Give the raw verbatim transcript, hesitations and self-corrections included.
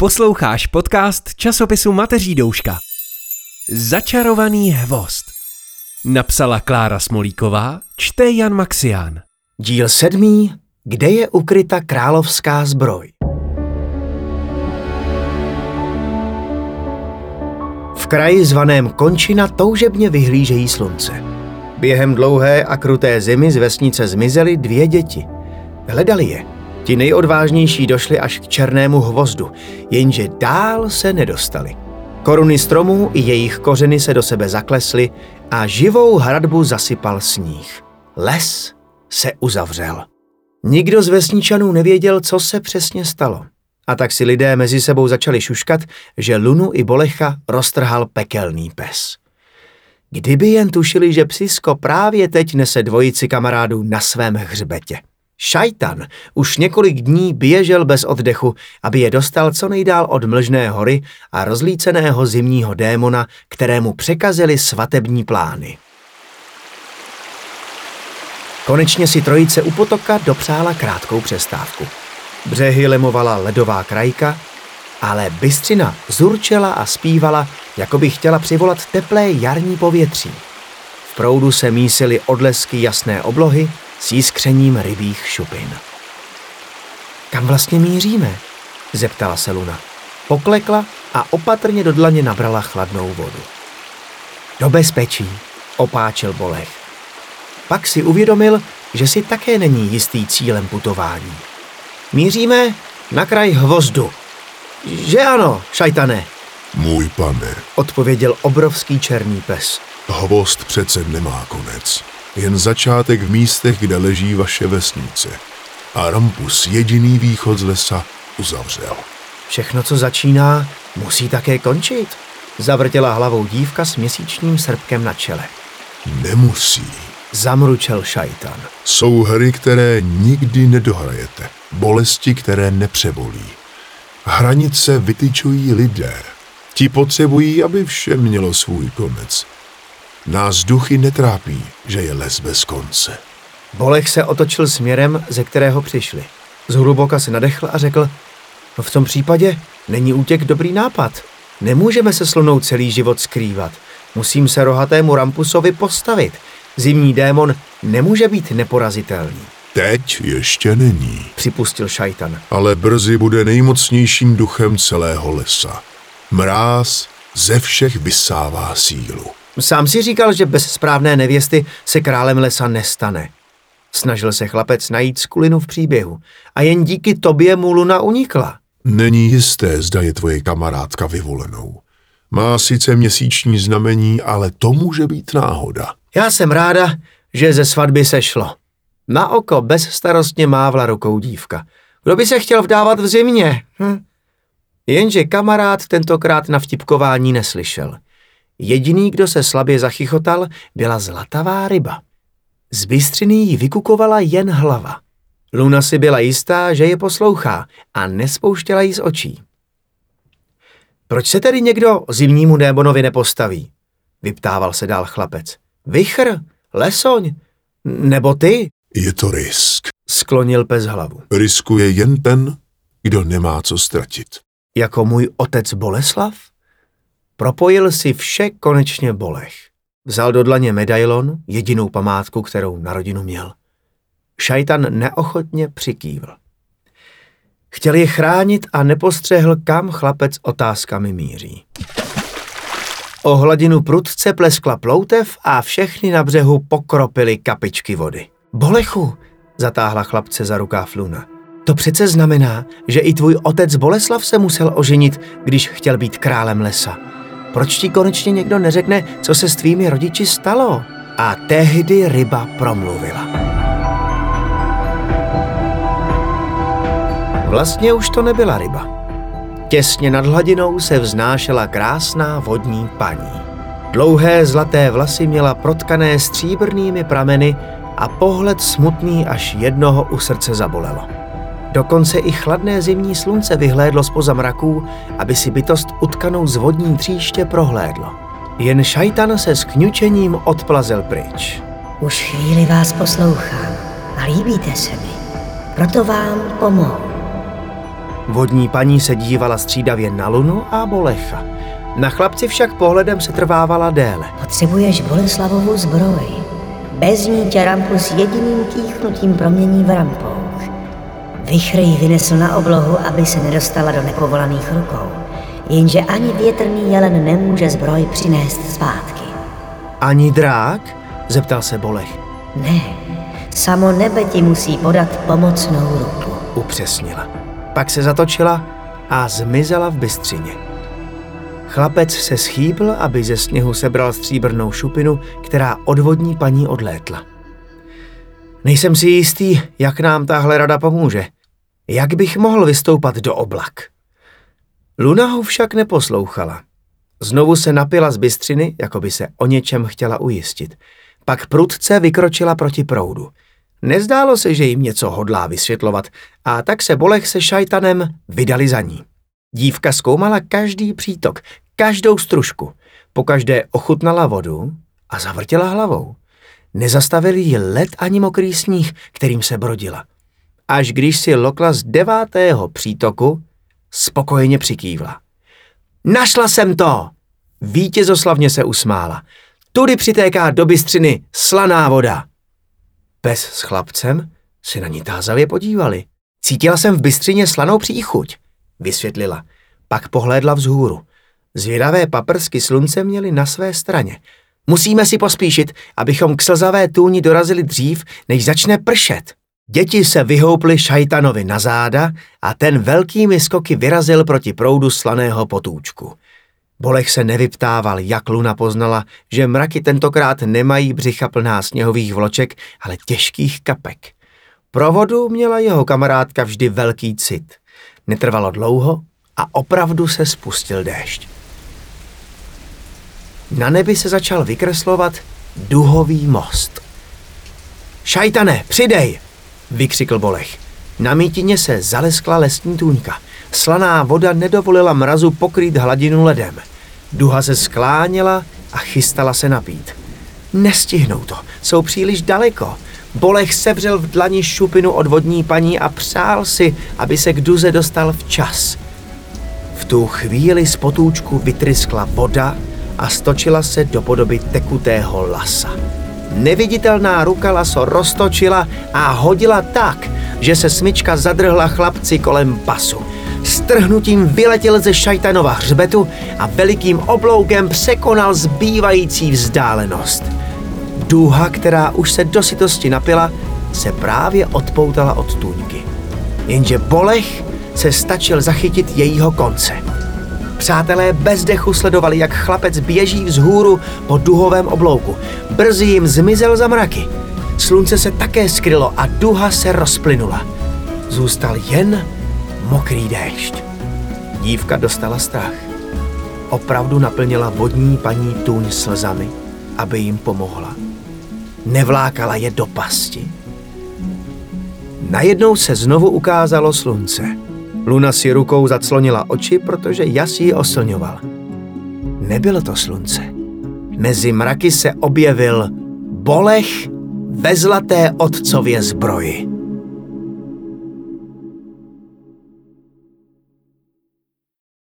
Posloucháš podcast časopisu Mateří douška. Začarovaný hvozd. Napsala Klára Smolíková, čte Jan Maxián. Díl sedmý. Kde je ukryta královská zbroj? V kraji zvaném Končina toužebně vyhlížejí slunce. Během dlouhé a kruté zimy z vesnice zmizely dvě děti. Hledali je. Ti nejodvážnější došli až k černému hvozdu, jenže dál se nedostali. Koruny stromů i jejich kořeny se do sebe zaklesly a živou hradbu zasypal sníh. Les se uzavřel. Nikdo z vesničanů nevěděl, co se přesně stalo. A tak si lidé mezi sebou začali šuškat, že Lunu i Bolecha roztrhal pekelný pes. Kdyby jen tušili, že psisko právě teď nese dvojici kamarádů na svém hřbetě. Šajtan už několik dní běžel bez oddechu, aby je dostal co nejdál od Mlžné hory a rozlíceného zimního démona, kterému překazili svatební plány. Konečně si trojice u potoka dopřála krátkou přestávku. Břehy lemovala ledová krajka, ale bystřina zurčela a zpívala, jako by chtěla přivolat teplé jarní povětří. V proudu se mísily odlesky jasné oblohy s jiskřením rybích šupin. Kam vlastně míříme? Zeptala se Luna. Poklekla a opatrně do dlaně nabrala chladnou vodu. Do bezpečí, opáčil Bolech. Pak si uvědomil, že si také není jistý cílem putování. Míříme na kraj hvozdu. Že ano, šajtane? Můj pane, odpověděl obrovský černý pes. Hvozd přece nemá konec. Jen začátek v místech, kde leží vaše vesnice. A Rampus jediný východ z lesa uzavřel. Všechno, co začíná, musí také končit, zavrtěla hlavou dívka s měsíčním srpkem na čele. Nemusí, zamručel šajtan. Jsou hry, které nikdy nedohrajete. Bolesti, které nepřebolí. Hranice vytyčují lidé. Ti potřebují, aby vše mělo svůj konec. Nás duchy netrápí, že je les bez konce. Bolech se otočil směrem, ze kterého přišli. Zhluboka se nadechl a řekl, no v tom případě není útěk dobrý nápad. Nemůžeme se s Lunou celý život skrývat. Musím se rohatému Rampusovi postavit. Zimní démon nemůže být neporazitelný. Teď ještě není, připustil šajtan. Ale brzy bude nejmocnějším duchem celého lesa. Mráz ze všech vysává sílu. Sám si říkal, že bez správné nevěsty se králem lesa nestane. Snažil se chlapec najít skulinu v příběhu a jen díky tobě mu Luna unikla. Není jisté, zda je tvoje kamarádka vyvolenou. Má sice měsíční znamení, ale to může být náhoda. Já jsem ráda, že ze svatby sešlo. Na oko bezstarostně mávla rukou dívka. Kdo by se chtěl vdávat v zimě? Hm? Jenže kamarád tentokrát na vtipkování neslyšel. Jediný, kdo se slabě zachychotal, byla zlatavá ryba. Z bystřiny jí vykukovala jen hlava. Luna si byla jistá, že je poslouchá a nespouštěla jí z očí. Proč se tedy někdo zimnímu démonovi nepostaví? Vyptával se dál chlapec. Vichr, lesoň, nebo ty? Je to risk, sklonil pes hlavu. Riskuje jen ten, kdo nemá co ztratit. Jako můj otec Boleslav? Propojil si vše konečně Bolech. Vzal do dlaně medailon, jedinou památku, kterou na rodinu měl. Šajtan neochotně přikývl. Chtěl je chránit a nepostřehl, kam chlapec otázkami míří. O hladinu prudce pleskla ploutev a všechny na břehu pokropily kapičky vody. Bolechu, zatáhla chlapce za rukáv Luna. To přece znamená, že i tvůj otec Boleslav se musel oženit, když chtěl být králem lesa. Proč ti konečně někdo neřekne, co se s tvými rodiči stalo? A tehdy ryba promluvila. Vlastně už to nebyla ryba. Těsně nad hladinou se vznášela krásná vodní paní. Dlouhé zlaté vlasy měla protkané stříbrnými prameny a pohled smutný až jednoho u srdce zabolelo. Dokonce i chladné zimní slunce vyhlédlo zpoza mraků, aby si bytost utkanou z vodní tříště prohlédlo. Jen šajtan se s kňučením odplazel pryč. Už chvíli vás poslouchám a líbíte se mi, proto vám pomohu. Vodní paní se dívala střídavě na Lunu a Bolecha. Na chlapci však pohledem se trvávala déle. Potřebuješ Boleslavovu zbroj. Bez ní tě Rampus jediným kýchnutím promění v rampouk. Vichr ji vynesl na oblohu, aby se nedostala do nepovolaných rukou. Jenže ani větrný jelen nemůže zbroj přinést zpátky. Ani drák? Zeptal se Bolech. Ne, samo nebe ti musí podat pomocnou ruku. Upřesnila. Pak se zatočila a zmizela v bystřině. Chlapec se schýbl, aby ze sněhu sebral stříbrnou šupinu, která od vodní paní odlétla. Nejsem si jistý, jak nám tahle rada pomůže. Jak bych mohl vystoupat do oblak? Luna ho však neposlouchala. Znovu se napila z bystřiny, jako by se o něčem chtěla ujistit. Pak prudce vykročila proti proudu. Nezdálo se, že jim něco hodlá vysvětlovat, a tak se Bolech se Šajtanem vydali za ní. Dívka zkoumala každý přítok, každou stružku. Pokaždé ochutnala vodu a zavrtěla hlavou. Nezastavil jí led ani mokrý sníh, kterým se brodila. Až když si lokla z devátého přítoku, spokojeně přikývla. Našla jsem to! Vítězoslavně se usmála. Tudy přitéká do bystřiny slaná voda. Pes s chlapcem si na ní tázavě podívali. Cítila jsem v bystřině slanou příchuť, vysvětlila. Pak pohlédla vzhůru. Zvědavé paprsky slunce měly na své straně. Musíme si pospíšit, abychom k slzavé tůni dorazili dřív, než začne pršet. Děti se vyhouply Šajtanovi na záda a ten velkými skoky vyrazil proti proudu slaného potůčku. Bolech se nevyptával, jak Luna poznala, že mraky tentokrát nemají břicha plná sněhových vloček, ale těžkých kapek. Pro vodu měla jeho kamarádka vždy velký cit. Netrvalo dlouho a opravdu se spustil déšť. Na nebi se začal vykreslovat duhový most. Šajtane, přidej! Vykřikl Bolech. Na mítině se zaleskla lesní tůňka. Slaná voda nedovolila mrazu pokrýt hladinu ledem. Duha se skláněla a chystala se napít. Nestihnou to, jsou příliš daleko. Bolech sevřel v dlani šupinu od vodní paní a přál si, aby se k duze dostal včas. V tu chvíli z potůčku vytryskla voda a stočila se do podoby tekutého lasa. Neviditelná ruka laso roztočila a hodila tak, že se smyčka zadrhla chlapci kolem pasu. Strhnutím vyletěl ze Šajtanova hřbetu a velikým obloukem překonal zbývající vzdálenost. Duha, která už se do sytosti napila, se právě odpoutala od tůňky. Jenže Bolech se stačil zachytit jejího konce. Přátelé bez dechu sledovali, jak chlapec běží vzhůru po duhovém oblouku. Brzy jim zmizel za mraky. Slunce se také skrylo a duha se rozplynula. Zůstal jen mokrý déšť. Dívka dostala strach. Opravdu naplnila vodní paní tůň slzami, aby jim pomohla. Nevlákala je do pasti. Najednou se znovu ukázalo slunce. Luna si rukou zaclonila oči, protože jas ji oslňoval. Nebylo to slunce. Mezi mraky se objevil Bolech ve zlaté otcově zbroji.